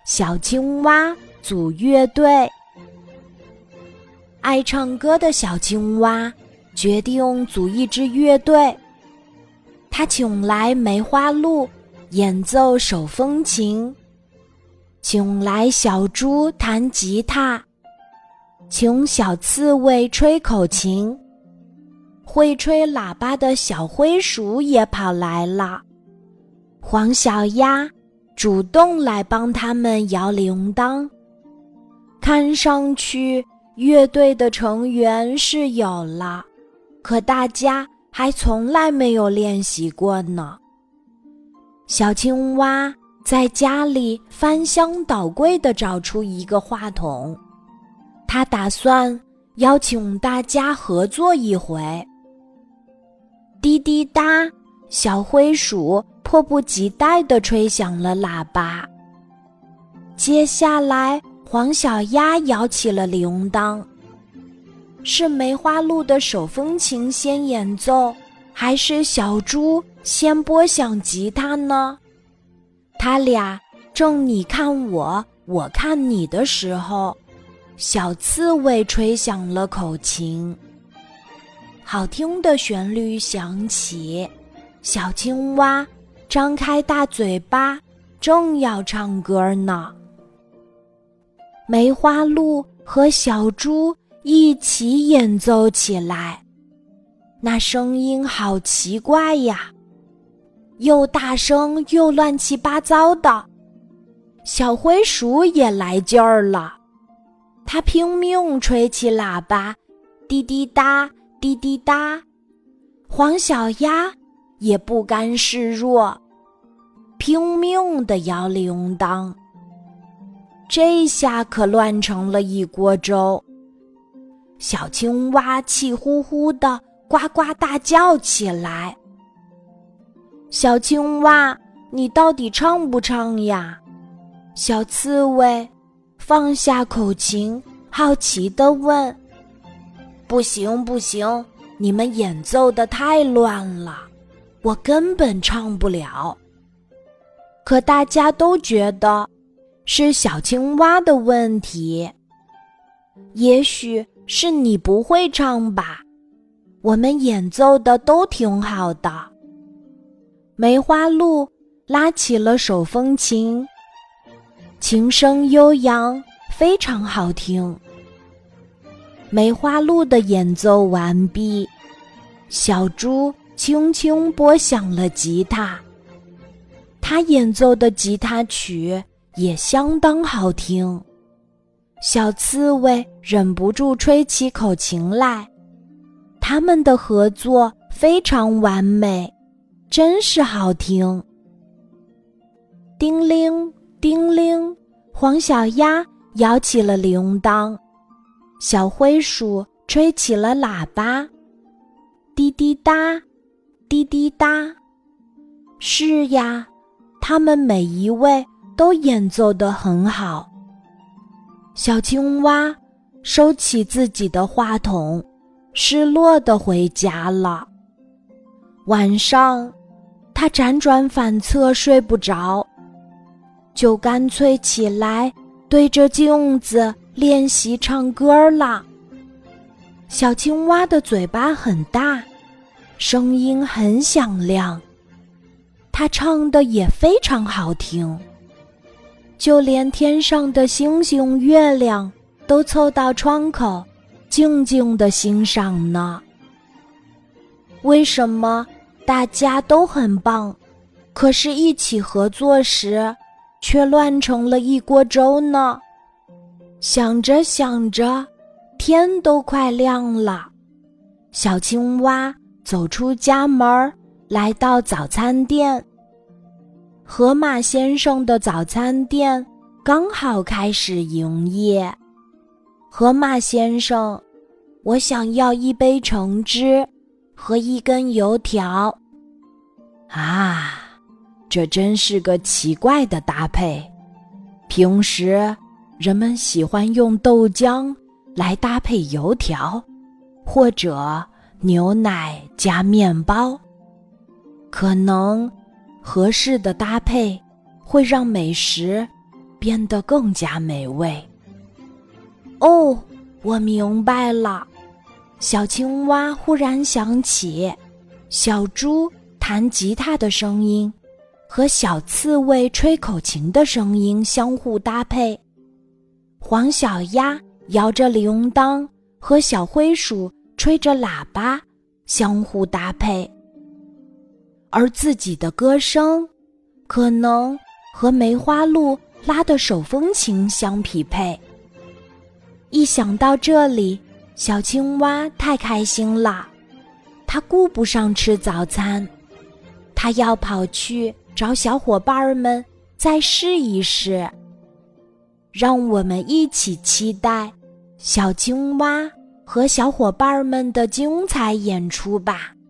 小青蛙组乐队。爱唱歌的小青蛙决定组一支乐队，他请来梅花鹿演奏手风琴，请来小猪弹吉他，请小刺猬吹口琴，会吹喇叭的小灰鼠也跑来了。黄小鸭主动来帮他们摇铃铛，看上去乐队的成员是有了，可大家还从来没有练习过呢。小青蛙在家里翻箱倒柜地找出一个话筒，他打算邀请大家合作一回。滴滴答，小灰鼠迫不及待地吹响了喇叭。接下来黄小鸭摇起了铃铛。是梅花鹿的手风琴先演奏，还是小猪先拨响吉他呢？他俩正你看我，我看你的时候，小刺猬吹响了口琴。好听的旋律响起，小青蛙张开大嘴巴，正要唱歌呢。梅花鹿和小猪一起演奏起来，那声音好奇怪呀，又大声又乱七八糟的。小灰鼠也来劲儿了，它拼命吹起喇叭，滴滴答，滴滴答。黄小鸭也不甘示弱，拼命地摇铃铛。这下可乱成了一锅粥。小青蛙气呼呼地呱呱大叫起来。小青蛙，你到底唱不唱呀？小刺猬放下口琴，好奇地问。不行不行，你们演奏得太乱了，我根本唱不了。可大家都觉得是小青蛙的问题。也许是你不会唱吧，我们演奏的都挺好的。梅花鹿拉起了手风琴，琴声悠扬，非常好听。梅花鹿的演奏完毕，小猪轻轻拨响了吉他，他演奏的吉他曲也相当好听。小刺猬忍不住吹起口琴来，他们的合作非常完美，真是好听。叮铃叮铃，黄小鸭摇起了铃铛，小灰鼠吹起了喇叭，滴滴答，滴滴答。是呀，他们每一位都演奏得很好。小青蛙收起自己的话筒，失落地回家了。晚上，他辗转反侧睡不着，就干脆起来对着镜子练习唱歌了。小青蛙的嘴巴很大，声音很响亮，它唱得也非常好听。就连天上的星星月亮都凑到窗口静静地欣赏呢。为什么大家都很棒，可是一起合作时却乱成了一锅粥呢？想着想着，天都快亮了。小青蛙走出家门，来到早餐店。河马先生的早餐店刚好开始营业。河马先生，我想要一杯橙汁和一根油条。啊，这真是个奇怪的搭配。平时人们喜欢用豆浆来搭配油条，或者牛奶加面包。可能合适的搭配会让美食变得更加美味。哦，我明白了。小青蛙忽然想起，小猪弹吉他的声音和小刺猬吹口琴的声音相互搭配，黄小鸭摇着铃铛和小灰鼠吹着喇叭相互搭配，而自己的歌声可能和梅花鹿拉的手风琴相匹配。一想到这里，小青蛙太开心了，它顾不上吃早餐，它要跑去找小伙伴们再试一试。让我们一起期待小青蛙和小伙伴们的精彩演出吧。